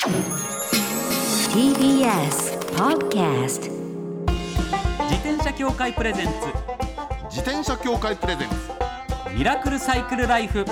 TBS Podcast 自転車協会プレゼンツ自転車協会プレゼンツミラクルサイクルライフ。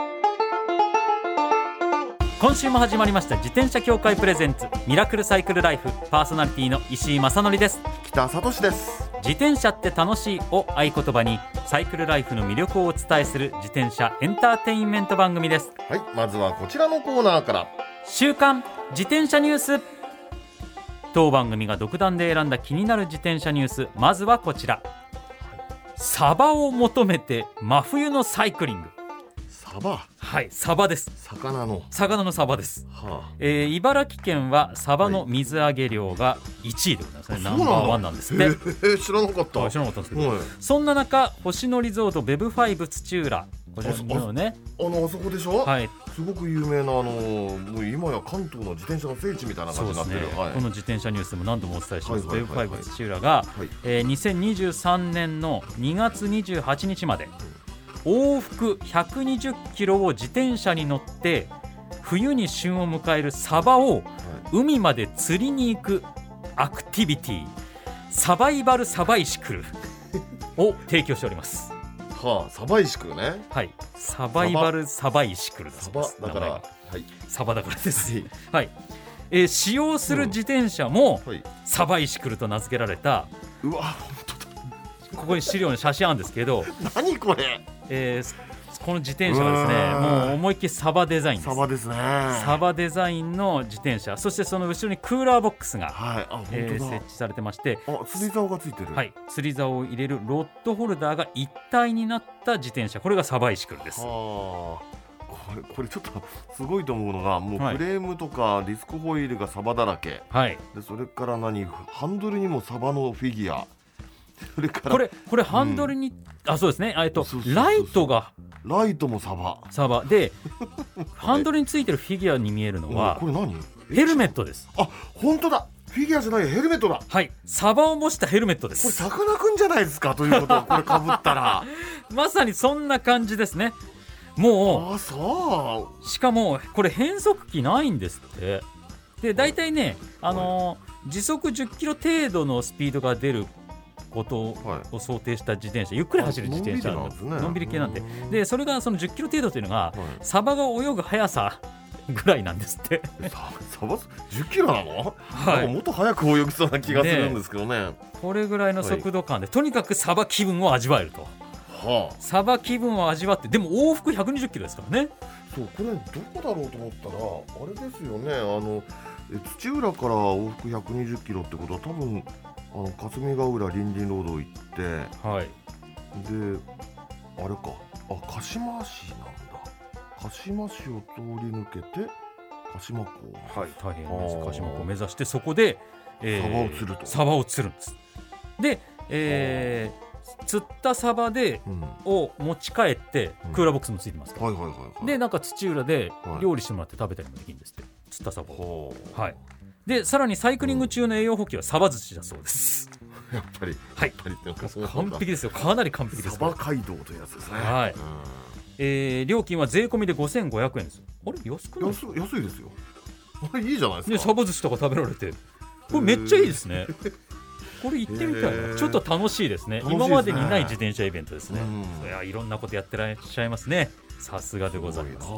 今週も始まりました自転車協会プレゼンツミラクルサイクルライフ、パーソナリティの石井正則です。 北里です。 自転車って楽しいを合言葉にサイクルライフの魅力をお伝えする自転車エンターテインメント番組です。 はい、まずはこちらのコーナーから。 週刊自転車ニュース。当番組が独断で選んだ気になる自転車ニュース、まずはこちら。サバを求めて真冬のサイクリング。 サバ、 はい、サバです。 魚のサバです、 はあ。 茨城県はサバの水揚げ量が1位でございますね、ナンバーワンなんですって。 知らなかった。 知らなかったんですけど、そんな中星野リゾートベブ5土浦、こちらのね、 あそこでしょ、 はい、 すごく有名なもう今や関東の自転車の聖地みたいな感じになってる、 ね、はい、この自転車ニュースも何度もお伝えします。ベブ5土浦が、 はい、 2023年の2月28日まで往復120キロを自転車に乗って冬に旬を迎えるサバを海まで釣りに行くアクティビティ、サバイバルサバイシクルを提供しております。 はあ、サバイシクルね。 はい、サバイバルサバイシクルだそうです。 サバだから、はい、 サバだからです。はい、使用する自転車も、 はい、 サバイシクルと名付けられた。 うわ、本当だ。 ここに資料の写真あるんですけど何これ、 この自転車がですね、もう思いっきりサバデザインです。 サバですね。 サバデザインの自転車、そしてその後ろにクーラーボックスが、 はい、 設置されてまして、 釣り竿がついてる。 はい、釣り竿を入れるロッドホルダーが一体になった自転車、これがサバイシクルです。 はあ、これちょっとすごいと思うのが、もうフレームとかディスクホイールがサバだらけ、はい、でそれからハンドルにもサバのフィギュア、それからこれハンドルに、そうですね、ライトもサバでハンドルについてるフィギュアに見えるのは、 これ何？ ヘルメットです。 あ、本当だ、フィギュアじゃない、ヘルメットだ。 はい、サバを模したヘルメットです。 これさかなクンじゃないですか、ということをこれかぶったらまさにそんな感じですね。もうそう、 しかもこれ変速機ないんですって。で大体ね、時速10キロ程度のスピードが出ることを想定した自転車、ゆっくり走る自転車なんですね。のんびり系なんで、でそれがその10キロ程度というのが、サバが泳ぐ速さぐらいなんですって。 サバ10キロなの？はい、もっと速く泳ぎそうな気がするんですけどね。 これぐらいの速度感で、とにかくサバ気分を味わえると。サバ気分を味わって、でも往復120キロですからね。 そう、これどこだろうと思ったらあれですよね、土浦から往復120キロってことは多分霞ヶ浦臨時ロード行って、はい、であれか、鹿島市なんだ。鹿島市を通り抜けて鹿島港、 はい、大変です。鹿島港を目指して、そこで、サバを釣るんです。で、釣ったサバを持ち帰って、クーラーボックスもついてますから、でなんか土浦で料理してもらって食べたりもできるんですって、釣ったサバを。はい、でさらにサイクリング中の栄養補給はサバ寿司だそうです。 やっぱり、 はい、完璧ですよ。かなり完璧です。 サバ街道というやつですね。 はい、料金は税込みで5500円です。あれ、安くない？ 安いですよ。あれいいじゃないですか。 サバ寿司とか食べられて、これめっちゃいいですね。これ行ってみたいな。ちょっと楽しいですね。今までにない自転車イベントですね。いろんなことやってらっしゃいますね。さすがでございます。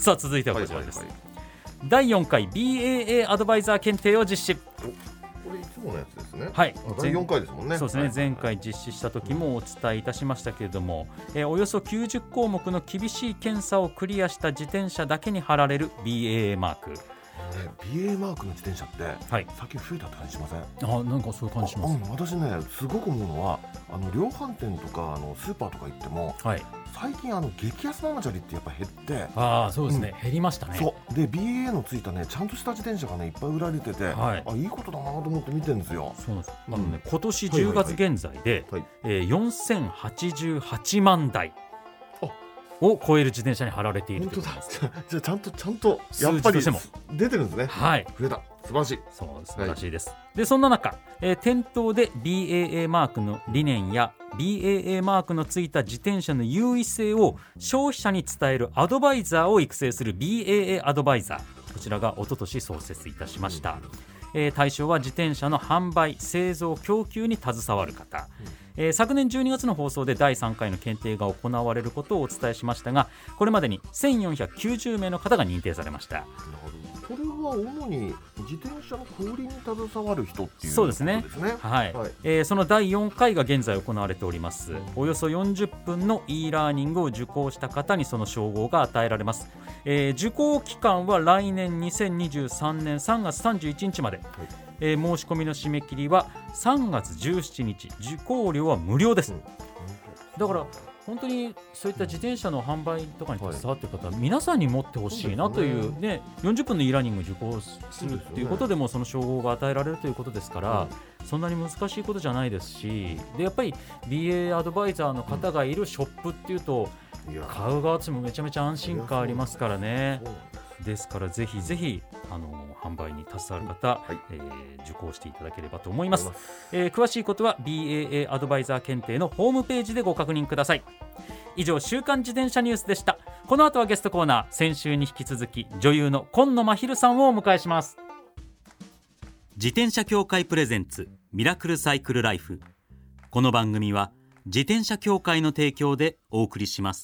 さあ続いてはこちらです。第4回 BAA アドバイザー検定を実施。 これいつものやつですね。 はい、 第4回ですもんね。 そうですね、前回実施した時もお伝えいたしましたけれども、およそ90項目の厳しい検査をクリアした自転車だけに貼られる BAA マーク。 BA マークの自転車って、最近増えたって感じしません？ なんかそういう感じします。 私ね、すごく思うのは量販店とかスーパーとか行っても、最近激安ママチャリってやっぱ減って、 そうですね、減りましたね。 そうで BA のついたね、ちゃんとした自転車がねいっぱい売られてて、いいことだなと思って見てるんですよ。 そうなんです。今年10月現在で、4088万台を超える自転車に貼られている。 本当だ。じゃあちゃんとやっぱり出てるんですね。 はい、 増えた。素晴らしい。 そう、素晴らしいです。でそんな中、店頭で BAA マークの理念や BAA マークのついた自転車の優位性を消費者に伝えるアドバイザーを育成する BAA アドバイザー。 こちらが一昨年創設いたしました。対象は自転車の販売、製造、供給に携わる方、昨年12月の放送で第3回の検定が行われることをお伝えしましたが、これまでに1490名の方が認定されました。 これは主に自転車の小売りに携わる人っていうことですね。 そうですね、はいはい。その第4回が現在行われております。およそ40分の e ラーニングを受講した方にその称号が与えられます。受講期間は来年2023年3月31日まで、はい。申し込みの締め切りは3月17日、受講料は無料です。だから本当にそういった自転車の販売とかに携わっている方は皆さんに持ってほしいなという、ね、40分の e ラーニングを受講するということでもその称号が与えられるということですから、そんなに難しいことじゃないですし、でやっぱり BA アドバイザーの方がいるショップっていうと、買う側としてもめちゃめちゃ安心感ありますからね。ですからぜひぜひ販売に携わる方、受講していただければと思います。詳しいことは BAA アドバイザー検定のホームページでご確認ください。以上、週刊自転車ニュースでした。この後はゲストコーナー、先週に引き続き女優の今野真昼さんをお迎えします。自転車協会プレゼンツミラクルサイクルライフ。この番組は自転車協会の提供でお送りします。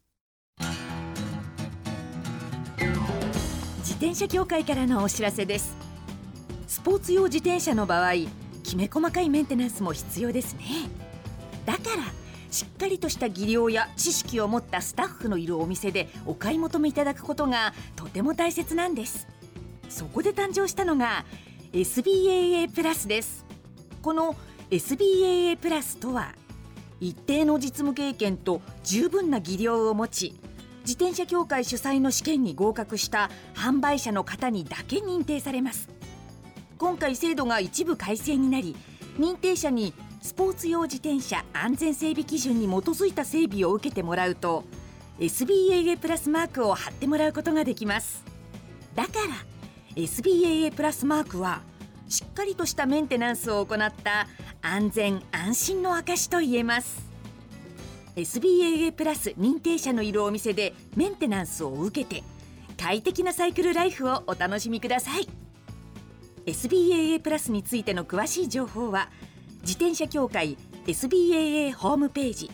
自転車協会からのお知らせです。スポーツ用自転車の場合、きめ細かいメンテナンスも必要ですね。だからしっかりとした技量や知識を持ったスタッフのいるお店でお買い求めいただくことがとても大切なんです。そこで誕生したのが SBAA プラスです。この SBAA プラスとは、一定の実務経験と十分な技量を持ち、自転車協会主催の試験に合格した販売者の方にだけ認定されます。今回制度が一部改正になり、認定者にスポーツ用自転車安全整備基準に基づいた整備を受けてもらうと SBAA プラスマークを貼ってもらうことができます。だから SBAA プラスマークはしっかりとしたメンテナンスを行った安全安心の証と言えます。SBAA プラス認定者のいるお店でメンテナンスを受けて快適なサイクルライフをお楽しみください。 SBAA プラスについての詳しい情報は自転車協会 SBAA ホームページ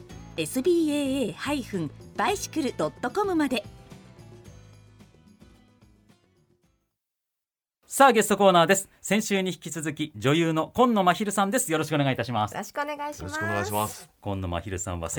SBAA-bicycle.com まで。 さあ、ゲストコーナーです。先週に引き続き女優の今野真昼さんです。よろしくお願いいたします。 よろしくお願いします。 よろしくお願いします。 今野真昼さんは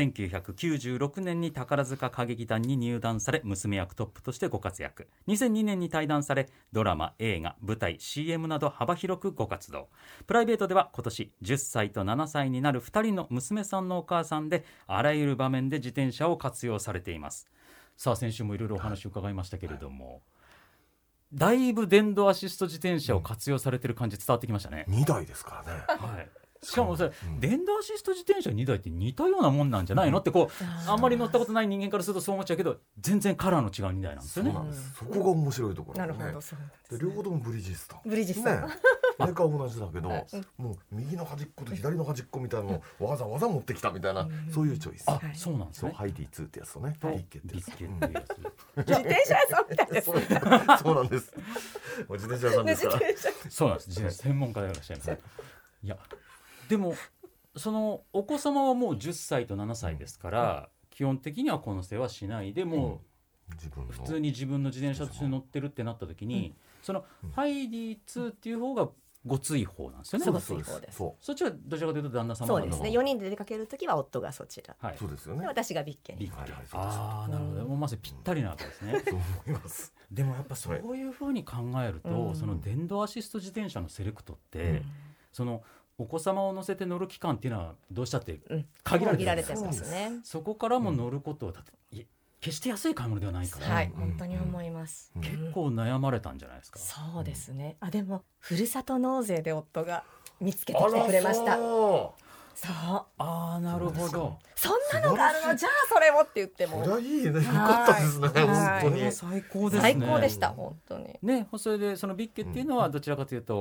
1996年に宝塚歌劇団に入団され、娘役トップとしてご活躍。2002年に退団され、ドラマ、映画、舞台、CM など幅広くご活動。プライベートでは今年10歳と7歳になる2人の娘さんのお母さんで、あらゆる場面で自転車を活用されています。さあ、先週もいろいろお話を伺いましたけれども、だいぶ電動アシスト自転車を活用されてる感じ伝わってきましたね。 2台ですからね。 はい。しかもそれ、電動アシスト自転車2台って似たようなもんなんじゃないのってこう、あんまり乗ったことない人間からするとそう思っちゃうけど、全然カラーの違う2台なんですよね。 そこが面白いところ、ね。 なるほど、そうなんですね。 両方ともブリヂストン。 ブリヂストン。 ね、メーカー同じだけど、もう右の端っこと左の端っこみたいなのをわざわざ持ってきたみたいな、そういうチョイス。 あ、そうなんですね。 ハイディ2ってやつとね、ビッケってやつ。 自転車屋さんみたいです。 そうなんです。自転車屋さんですから。 そうなんです。自転車専門家でいらっしゃいます。いや、でもそのお子様はもう10歳と7歳ですから、基本的にはこの世話しないでも普通に自分の自転車として乗ってるってなった時に、そのハイディ2っていう方がごつい方なんですよね。 ごつい方です。 そっちはどちらかというと旦那様。 そうですね。4人で出かけるときは夫がそちら。 はい。そうですよね。 私がビッケに。 ああ、なるほど。もうまさにぴったりなわけですね。 そう思います。 でもやっぱそういうふうに考えると、その電動アシスト自転車のセレクトって、そのお子様を乗せて乗る期間っていうのはどうしたって限られてますね。 そこからも乗ることを決して安い買い物ではないから、 はい、本当に思います。 結構悩まれたんじゃないですか。 そうですね。でもふるさと納税で夫が見つけてきてくれました。そう。 ああ、なるほど。 そんなのがあるの、じゃあそれをって言っても。 それはいいね。よかったですね。本当に最高ですね。 最高でした本当に。 ね、それでそのビッケっていうのはどちらかというと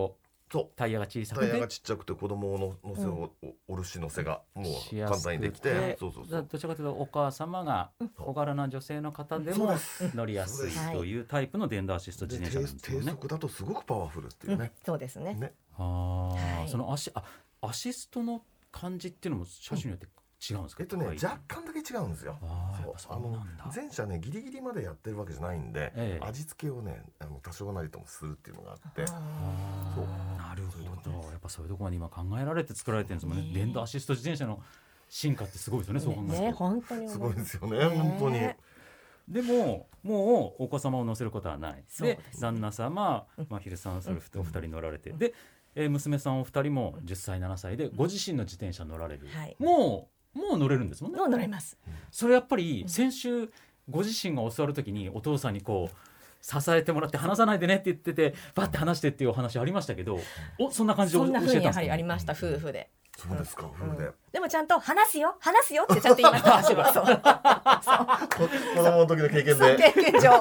タイヤが小さくて、 タイヤがちっちゃくて子供の乗せをおろし乗せがもう簡単にできて、 どちらかというとお母様が小柄な女性の方でも乗りやすいというタイプの電動アシスト自転車なんですよね。 低速だとすごくパワフルっていうね。 そうですね。 そのアシストの感じっていうのも車種によって違うんですか？ 若干だけ違うんですよ。前者ねギリギリまでやってるわけじゃないんで、味付けをね多少なりともするっていうのがあって、 なるほど。やっぱそういうところまで今考えられて作られてるんですもんね。電動アシスト自転車の進化ってすごいですよね。そう考えると本当にすごいですよね。本当に。 でももうお子様を乗せることはない。で旦那様、まひるさんそれお二人乗られて、で娘さんお二人も10歳7歳でご自身の自転車乗られる。もう乗れるんですもんね。 もう乗れます。 それやっぱり先週ご自身が教わるときにお父さんにこう支えてもらって離さないでねって言っててバッて離してっていうお話ありましたけど、そんな感じで教えたんですか？ そんな風にやはりありました。夫婦で。 そうですか。夫婦で。 でもちゃんと話すよってちゃんと言いました。私は。 子供の時の経験で。 経験上。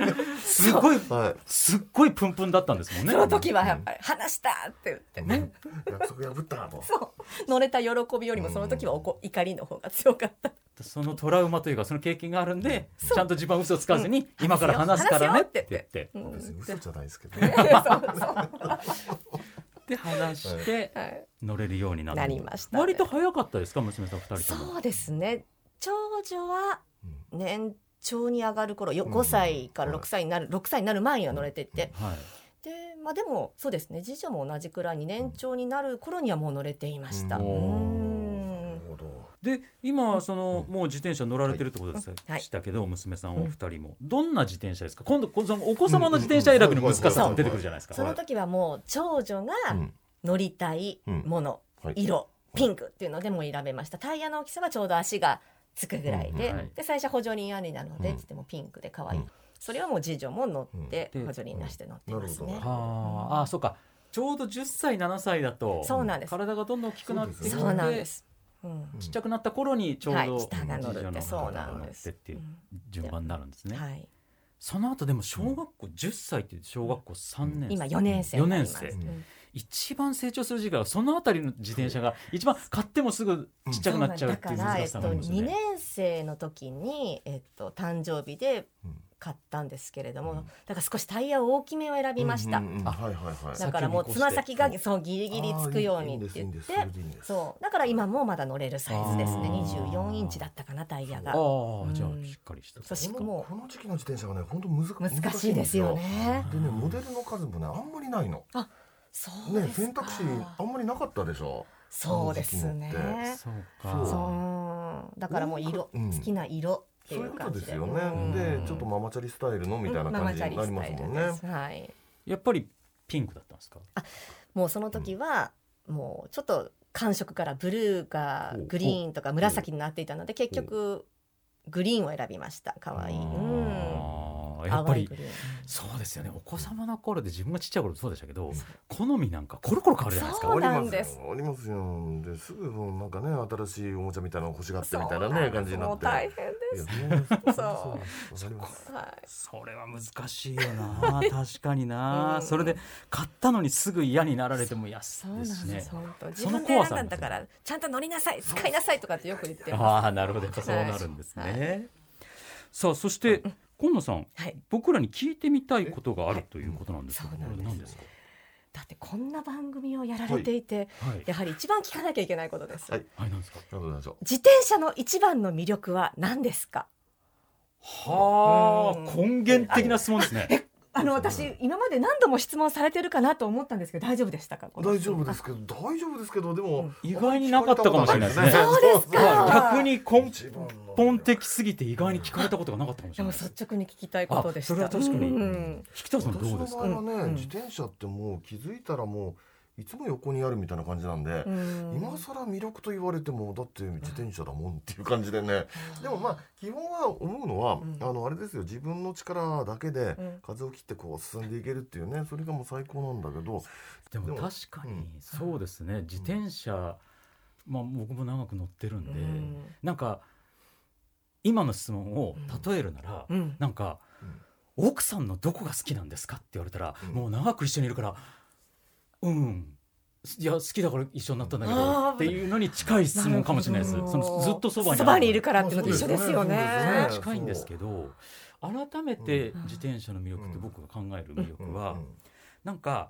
すっごいプンプンだったんですもんね。 その時はやっぱり話したって言ってね。 約束破ったと。 そう乗れた喜びよりもその時は怒りの方が強かった。 そのトラウマというかその経験があるんで、ちゃんと自分は嘘をつかずに今から話すからねって言って。 別に嘘じゃないですけど。 で話して乗れるようになりました。 割と早かったですか、娘さん2人とも？ そうですね。長女は年長に上がる頃5歳から6歳になる前には乗れていて、でもそうですね、次女も同じくらいに年長になる頃にはもう乗れていました。 で今そのもう自転車乗られてるってことでしたけど、娘さんお二人もどんな自転車ですか？今度お子様の自転車選びの難しさも出てくるじゃないですか。 その時はもう長女が乗りたいもの、色ピンクっていうのでも選べました。タイヤの大きさはちょうど足がつくぐらいで、最初補助輪ありなのでってもピンクで可愛い。それはもう次女も乗って補助輪なしで乗ってますね。 そうか。ちょうど10歳7歳だと体がどんどん大きくなってきて、 そうなんです。 ちっちゃくなった頃にちょうど下が乗るってそうなんですっていう順番になるんですね。その後でも小学校10歳って小学校3年生、 今4年生になります。 一番成長する時期はそのあたりの自転車が一番買ってもすぐちっちゃくなっちゃうっていう難しさがありますね。 2年生の時に、誕生日で買ったんですけれども、だから少しタイヤ大きめを選びました。だからもうつま先がそうギリギリつくようにって言って、そうだから今もまだ乗れるサイズですね。24インチだったかなタイヤが。 じゃあしっかりした。 この時期の自転車がね本当難しいですよね。 でねモデルの数もねあんまりないの。 そうですか。 選択肢あんまりなかったでしょ。 そうですね。だからもう好きな色っていう感じで。 そういうことですよね。でちょっとママチャリスタイルのみたいな感じになりますもんね。 やっぱりピンクだったんですか？ もうその時はもうちょっと感触からブルーがグリーンとか紫になっていたので結局グリーンを選びました。可愛い。 やっぱりそうですよね。お子様の頃で自分がちっちゃい頃そうでしたけど、好みなんかコロコロ変わるじゃないですか。 そうなんです。 ありますよ。ですぐなんかね新しいおもちゃみたいなの欲しがってみたいなね感じになって。 大変です。 それは難しいよな。確かにな。それで買ったのにすぐ嫌になられても安いですしね。 自分で選んだんだからちゃんと乗りなさい、使いなさいとかってよく言ってます。 なるほど。そうなるんですね。さあそして今野さん、僕らに聞いてみたいことがあるということなんですけど、何ですか？ だってこんな番組をやられていて、やはり一番聞かなきゃいけないことです。 何ですか？ 自転車の一番の魅力は何ですか？ 根源的な質問ですね。 私今まで何度も質問されてるかなと思ったんですけど大丈夫でしたか？ 大丈夫ですけどでも意外になかったかもしれないですね。 そうですか。 逆に根本的すぎて意外に聞かれたことがなかったかもしれない。 でも率直に聞きたいことでした。 それは確かに。引田さんどうですか？ 私の場合はね、自転車ってもう気づいたらもういつも横にあるみたいな感じなんで、今更魅力と言われてもだって自転車だもんっていう感じでね。でもまあ基本は思うのは、あれですよ、自分の力だけで風を切ってこう進んでいけるっていうね、それがもう最高なんだけど。 でも確かにそうですね。自転車、僕も長く乗ってるんで、なんか今の質問を例えるなら、なんか奥さんのどこが好きなんですかって言われたら、もう長く一緒にいるからいや好きだから一緒になったんだけどっていうのに近い質問かもしれないです。そのずっとそばにいるからっていうのと一緒ですよね。 近いんですけど、改めて自転車の魅力って僕が考える魅力は、なんか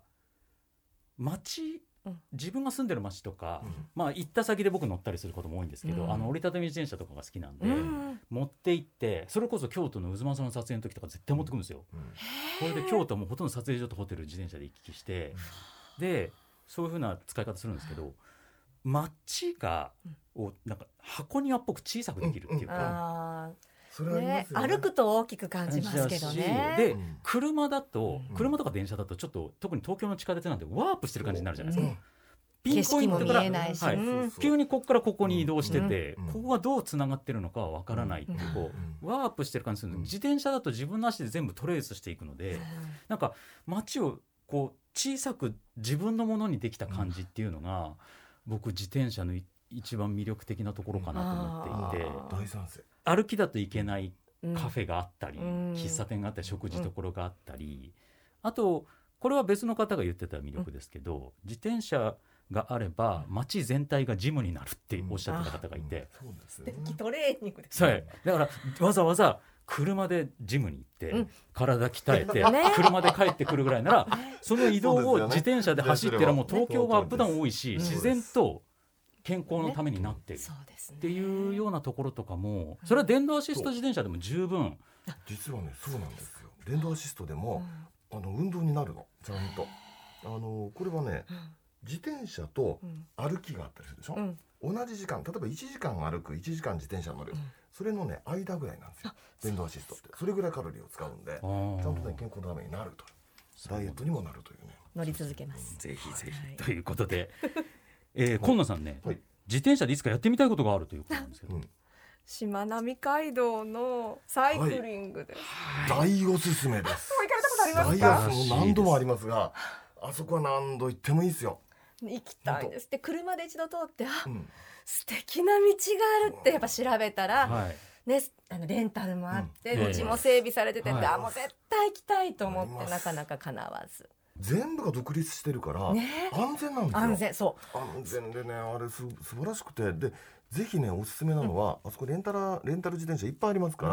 自分が住んでる街とか、行った先で僕乗ったりすることも多いんですけど、折りたたみ自転車とかが好きなんで、持って行って、それこそ京都の渦政の撮影の時とか絶対持ってくるんですよ。これで京都もほとんど撮影所とホテル自転車で行き来して、でそういう風な使い方するんですけど、街をなんか箱庭っぽく小さくできるっていうか、 それはありますよね。 歩くと大きく感じますけどね。 で車とか電車だとちょっと特に東京の地下鉄なんてワープしてる感じになるじゃないですか。ピンポイントから急にここからここに移動してて、ここがどうつながってるのかはわからないっていう、ワープしてる感じするので、自転車だと自分の足で全部トレースしていくので、なんか街をこう小さく自分のものにできた感じっていうのが、僕自転車の一番魅力的なところかなと思っていて、 大賛成。 歩きだといけないカフェがあったり、喫茶店があったり、食事どころがあったり、あとこれは別の方が言ってた魅力ですけど、自転車があれば街全体がジムになるっておっしゃってた方がいて、 トレーニングです、 だからわざわざ車でジムに行って、体鍛えて、車で帰ってくるぐらいなら、その移動を自転車で走ってらもう東京はアップダウン多いし、自然と健康のためになってるっていうようなところとかも、それは電動アシスト自転車でも十分。 実はね、そうなんですよ。電動アシストでも運動になるの、ちゃんと。これはね、自転車と歩きがあったりするでしょ。同じ時間、例えば1時間歩く、1時間自転車乗る、それのね間ぐらいなんですよ、電動アシストって。それぐらいカロリーを使うんで、ちゃんとね健康のためになると、ダイエットにもなるというね。 乗り続けます。 ぜひぜひということで、今野さんね、自転車でいつかやってみたいことがあるということなんですけど、 しまなみ海道のサイクリングです。 大おすすめです。 行かれたことありますか？ 何度もありますが、あそこは何度行ってもいいですよ。 行きたいです。で車で一度通って、素敵な道があるってやっぱ調べたら、ね、レンタルもあって、道も整備されてて、もう絶対行きたいと思ってなかなか叶わず。 全部が独立してるから、安全なんですよ。安全でね、あれ素晴らしくて、でぜひねおすすめなのは、あそこレンタル自転車いっぱいありますから、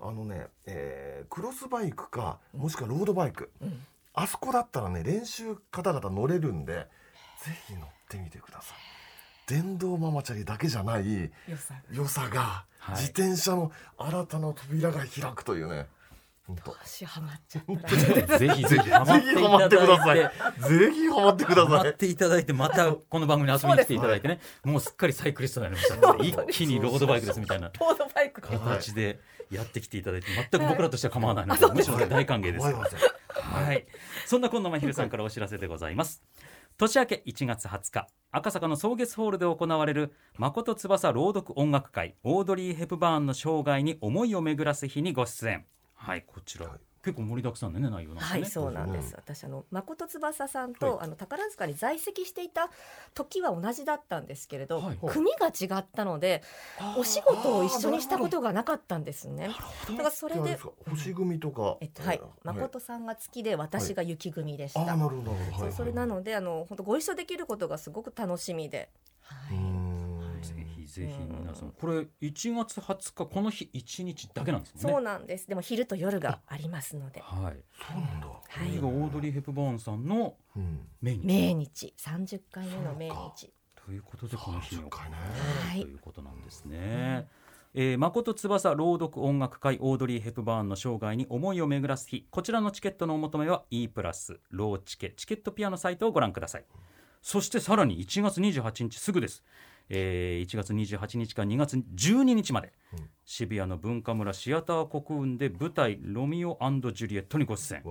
クロスバイクか、もしくはロードバイク、あそこだったらね練習方々乗れるんで、ぜひ乗ってみてください。電動ママチャリだけじゃない良さが、自転車の新たな扉が開くというね。 私ハマっちゃったぜひぜひハマってください。 ぜひハマってください。 ハマっていただいて、またこの番組に遊びに来ていただいてね、もうすっかりサイクリストになりましたので、一気にロードバイクですみたいな形でやってきていただいて、全く僕らとしては構わないので、むしろ大歓迎です。はい、そんな今野真昼さんからお知らせでございます。年明け1月20日、赤坂の草月ホールで行われる誠翼朗読音楽会、オードリー・ヘプバーンの生涯に思いを巡らす日にご出演。はい、こちら、結構盛りだくさんでね、内容なんですね。 はい、そうなんです。私誠翼さんと、宝塚に在籍していた時は同じだったんですけれど、組が違ったのでお仕事を一緒にしたことがなかったんですね。だからそれで星組とか、 誠さんが月で私が雪組でした。それなので本当ご一緒できることがすごく楽しみで、 ぜひ皆さん、これ1月20日この日1日だけなんですね。 そうなんです。でも昼と夜がありますので。 そうなんだ。 これがオードリー・ヘプバーンさんの命日30回目の命日ということで、この日に行われるということなんですね。誠翼朗読音楽会、オードリー・ヘプバーンの生涯に思いを巡らす日、こちらのチケットのお求めは E プラスローチケチケットピアのサイトをご覧ください。そしてさらに1月28日すぐです。1月28日から2月12日まで、渋谷の文化村シアター国運で舞台ロミオ&ジュリエットにご出演。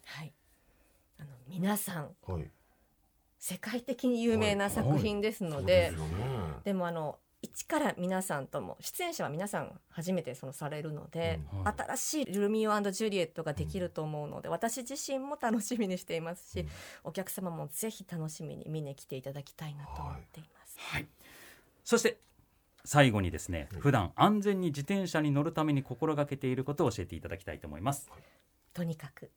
皆さん、世界的に有名な作品ですので、でも一から皆さんとも、出演者は皆さん初めてされるので、新しいロミオ&ジュリエットができると思うので、私自身も楽しみにしていますし、お客様もぜひ楽しみに見に来ていただきたいなと思っています。 そして最後にですね、普段安全に自転車に乗るために心がけていることを教えていただきたいと思います。 とにかく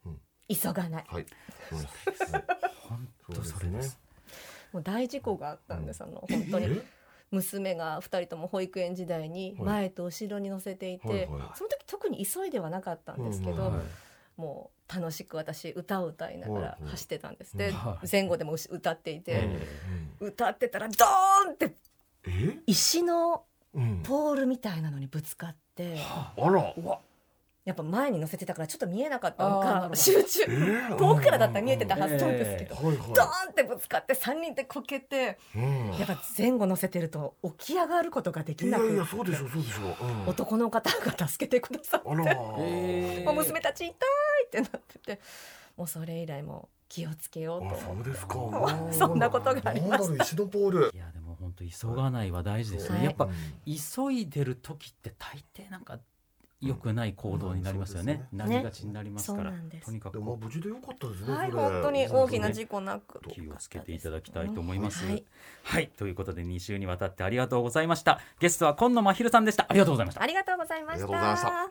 急がない。 はい。 本当それです。 もう大事故があったんです。本当に娘が2人とも保育園時代に前と後ろに乗せていて、その時特に急いではなかったんですけど、もう楽しく私歌を歌いながら走ってたんです。で前後でも歌っていて、歌ってたらドーンって石のポールみたいなのにぶつかって、 あら、 やっぱ前に乗せてたからちょっと見えなかったのか、集中、遠くからだったら見えてたはずなんですけど、ドーンってぶつかって3人でこけて、やっぱ前後乗せてると起き上がることができなくて、 いやそうでしょそうでしょ、 男の方が助けてくださって、もう娘たち痛いってなってて、もうそれ以来も気をつけようと。 そうですか。 そんなことがありました。 石のポール。 いやでも本当急がないは大事ですね。やっぱ急いでる時って大抵なんか良くない行動になりますよね。なりがちになりますから。とにかく無事で良かったですね。 はい、本当に大きな事故なく気をつけていただきたいと思います。はい、ということで2週にわたってありがとうございました。ゲストは今野真昼さんでした。ありがとうございました。 ありがとうございました。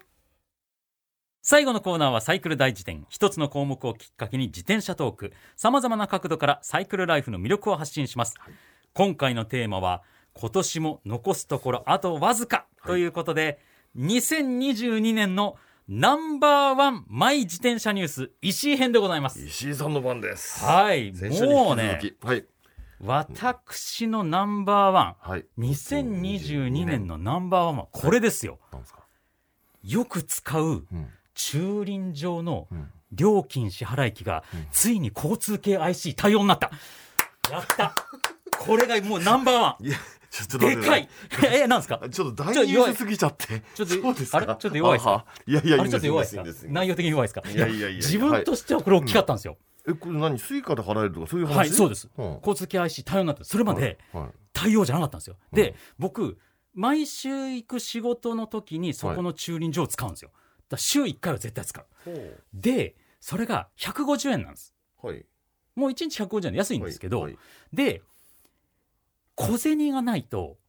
最後のコーナーはサイクル大辞典。一つの項目をきっかけに自転車トーク、さまざまな角度からサイクルライフの魅力を発信します。今回のテーマは今年も残すところあとわずかということで、2022年のナンバーワンマイ自転車ニュース石井編でございます。 石井さんの番です。 はい、もうね、私のナンバーワン、2022年のナンバーワンはこれですよ。よく使う駐輪場の料金支払い機がついに交通系 IC 対応になった。やった。これがもうナンバーワン。でかい。なんですか。 ちょっと大ニュースすぎちゃって。 ちょっとあれちょっと弱いですか。 いやいや、 ちょっと弱いですか。内容的に弱いですか。 いやいやいや。 自分としてはこれ大きかったんですよ。 これ何、スイカで払えるとかそういう話。 はい、そうです。交通系 IC 対応になった。それまで対応じゃなかったんですよ。で、僕毎週行く仕事の時にそこの駐輪場を使うんですよ。だ週1回は絶対使う。でそれが150円なんです。もう1日150円で安いんですけど、で小銭がないと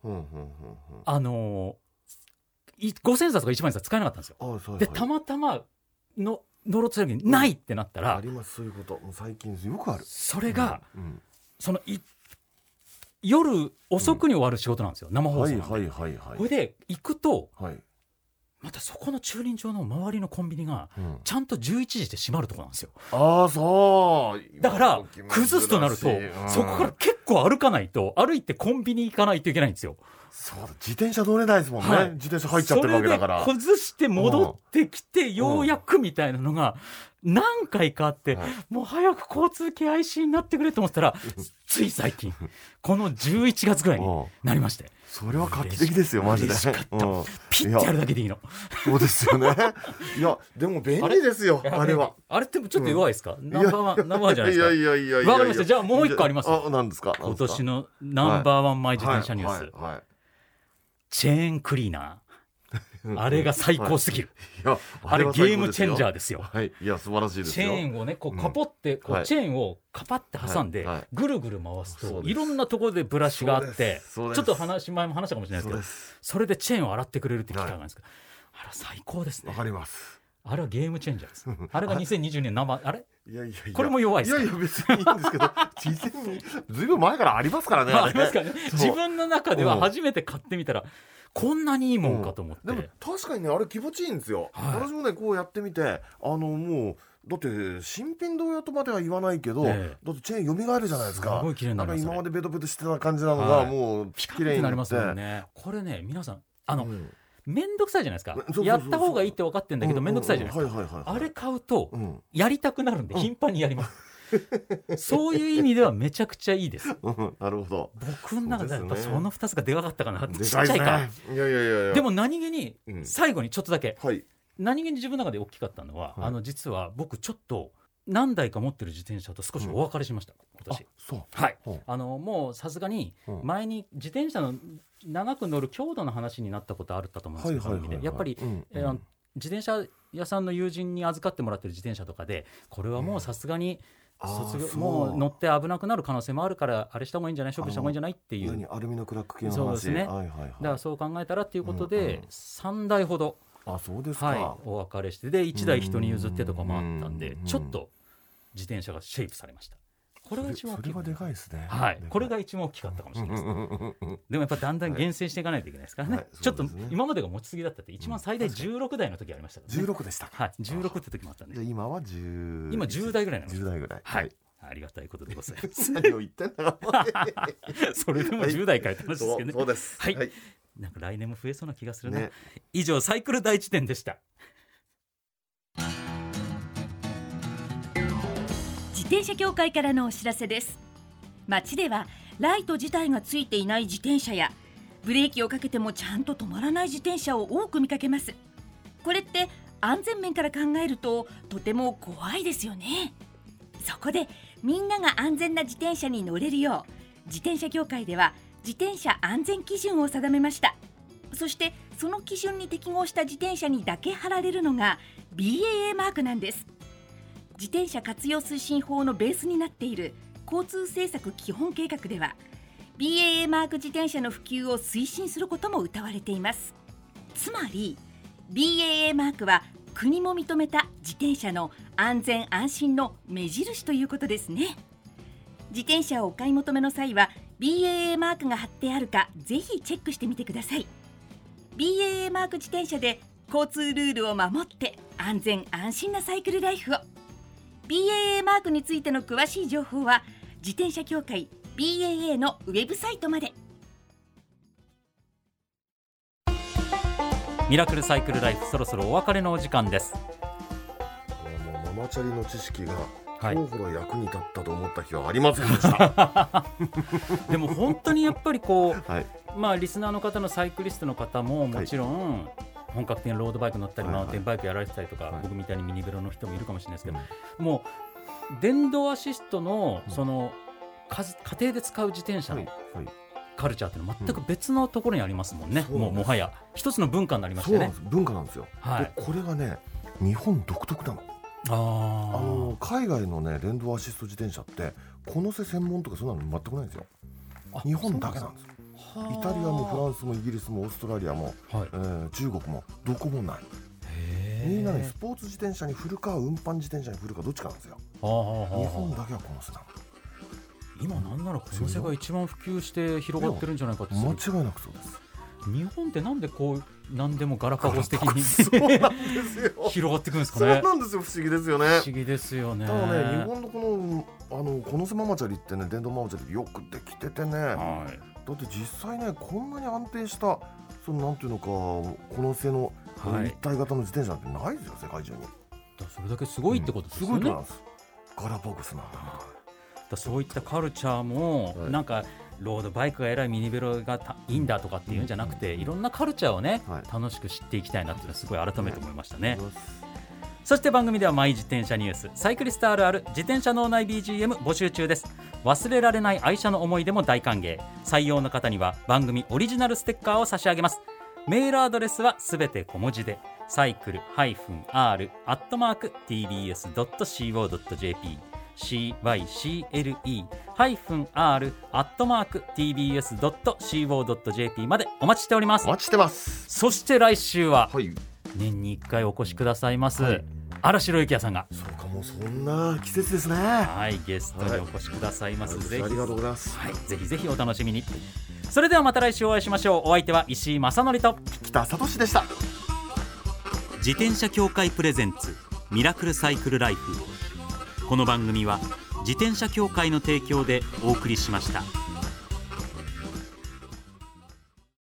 5000冊か1万円札使えなかったんですよ。でたまたま乗ろうとした時にないってなったら、 あります。そういうこともう最近よくある。 それがその夜遅くに終わる仕事なんですよ。生放送なんで。これで行くとまたそこの駐輪場の周りのコンビニがちゃんと11時で閉まるところなんですよ。 そうだから崩すとなるとそこから結構歩かないと、歩いてコンビニ行かないといけないんですよ。 そうだ、自転車乗れないですもんね。自転車入っちゃってるわけだから。 それで崩して戻ってきてようやくみたいなのが何回かあって、もう早く交通系 IC になってくれと思ったらつい最近この11月ぐらいになりまして、 それは画期的ですよマジで。 嬉しかった。ピッてやるだけでいいの。 そうですよね。いやでも便利ですよ。あれはあれってちょっと弱いですか。ナンバーワンじゃないですか。 いやいやわかりました。じゃあもう一個あります。 何ですか。 今年のナンバーワンマイ自転車ニュース、チェーンクリーナー。あれが最高すぎる。あれゲームチェンジャーですよ。 いや素晴らしいですよ。 チェーンをねこうカポってこうチェーンをカパって挟んでぐるぐる回すといろんなところでブラシがあって、ちょっと前も話したかもしれないですけど、それでチェーンを洗ってくれるって機械があるんですけど、あれ最高ですね。 わかります。 あれはゲームチェンジャーです。あれが2020年生あれ。 いやいやこれも弱いですか。 いやいや別にいいんですけど、事前にずいぶん前からありますからね。 ありますからね。自分の中では初めて買ってみたらこんなにいいもんかと思って。 でも確かにねあれ気持ちいいんですよ。私もねこうやってみてもうだって新品同様とまでは言わないけど、だってチェーン蘇るじゃないですか。 すごい綺麗になります。 今までベトベトしてた感じなのがもう綺麗になりますもんね。これね皆さんめんどくさいじゃないですか。やった方がいいって分かってるんだけどめんどくさいじゃないですか。あれ買うとやりたくなるんで頻繁にやります。そういう意味ではめちゃくちゃいいです。 なるほど。 僕の中でやっぱその2つがでかかったかな。ちっちゃいか。 いやでも何気に最後にちょっとだけ何気に自分の中で大きかったのは実は僕ちょっと何台か持ってる自転車と少しお別れしました今年。はい。もうさすがに前に自転車の長く乗る強度の話になったことあったと思うんですけど、やっぱり自転車屋さんの友人に預かってもらってる自転車とかでこれはもうさすがにもう乗って危なくなる可能性もあるからあれした方がいいんじゃない、処分した方がいいんじゃないっていう。 アルミのクラック系の話。 そうですね。だからそう考えたらっていうことで3台ほどお別れしてで1台人に譲ってとかもあったんでちょっと自転車がシェイプされました。これが一番大きい。 それはでかいですね。 はい、これが一番大きかったかもしれないです、でもやっぱだんだん厳選していかないといけないですからね、はい、ちょっと今までが持ちすぎだったって一番最大16台の時ありましたからね。 16でしたか。 はい、16って時もあったんで。 今は10、 今10台ぐらいなんです。 10台ぐらい、 はい、ありがたいことでございます何を言ってんだそれでも10台かいって話ですけどね。 そうです、 はい、はい、なんか来年も増えそうな気がするな、ね、以上サイクル大辞典でした。 自転車協会からのお知らせです。街ではライト自体がついていない自転車やブレーキをかけてもちゃんと止まらない自転車を多く見かけます。これって安全面から考えるととても怖いですよね。そこでみんなが安全な自転車に乗れるよう自転車協会では自転車安全基準を定めました。そしてその基準に適合した自転車にだけ貼られるのが BAA マークなんです。自転車活用推進法のベースになっている交通政策基本計画では BAA マーク自転車の普及を推進することも謳われています。つまり BAA マークは国も認めた自転車の安全安心の目印ということですね。自転車をお買い求めの際は BAA マークが貼ってあるかぜひチェックしてみてください。 BAA マーク自転車で交通ルールを守って安全安心なサイクルライフを。BAA マークについての詳しい情報は自転車協会 BAA のウェブサイトまで。 ミラクルサイクルライフ、そろそろお別れのお時間です。 もうママチャリの知識が今日ほど役に立ったと思った日はありませんでした、 でも本当にやっぱりこう、はい、まあリスナーの方のサイクリストの方ももちろん、本格的なロードバイク乗ったり、マウンテンバイクやられてたりとか、僕みたいにミニベロの人もいるかもしれないですけど、もう電動アシストのその家庭で使う自転車のカルチャーっていうのは全く別のところにありますもんね。もはや一つの文化になりましたね。 そうなんです、文化なんですよ、はい、でこれがね日本独特なの。海外のね電動アシスト自転車ってこのせ専門とかそんなの全くないんですよ。日本だけなんですよ。イタリアもフランスもイギリスもオーストラリアも、中国もどこもない。みんなねスポーツ自転車に振るか運搬自転車に振るかどっちかなんですよ。日本だけはこのせなの。 今なんならこのせが一番普及して広がってるんじゃないかって。 間違いなくそうです。 日本ってなんでこう何でもガラパゴス的にそうなんですよ広がっていくんですかね。 そうなんですよ、不思議ですよね。 不思議ですよね。 ただね日本のこのせママチャリってね電動ママチャリよくできててね、だって実際ねこんなに安定したそのなんていうのかこのせの一体型の自転車なんてないですよ、世界中に。 それだけすごいってことですよね。 すごいとなんです。ガラパゴスなんだだそういったカルチャーも、なんかロードバイクが偉いミニベロがいいんだとかっていうんじゃなくて、いろんなカルチャーをね、楽しく知っていきたいなっていうのはすごい改めて思いましたね。そして番組ではマイ自転車ニュース、サイクリストあるある、自転車脳内 BGM 募集中です。忘れられない愛車の思い出も大歓迎。採用の方には番組オリジナルステッカーを差し上げます。メールアドレスはすべて小文字でサイクル-r@tbs.co.jp cycle-r@tbs.co.jp までお待ちしております。 お待ちしてます。 そして来週は年に1回お越しくださいます、嵐野幸也さんが。 そうか、もうそんな季節ですね。 はい、ゲストにお越しくださいます、ぜひありがとうございます、 ぜひぜひお楽しみに。それではまた来週お会いしましょう。お相手は石井正則と北里志でした。 自転車協会プレゼンツミラクルサイクルライフ。この番組は自転車協会の提供でお送りしました。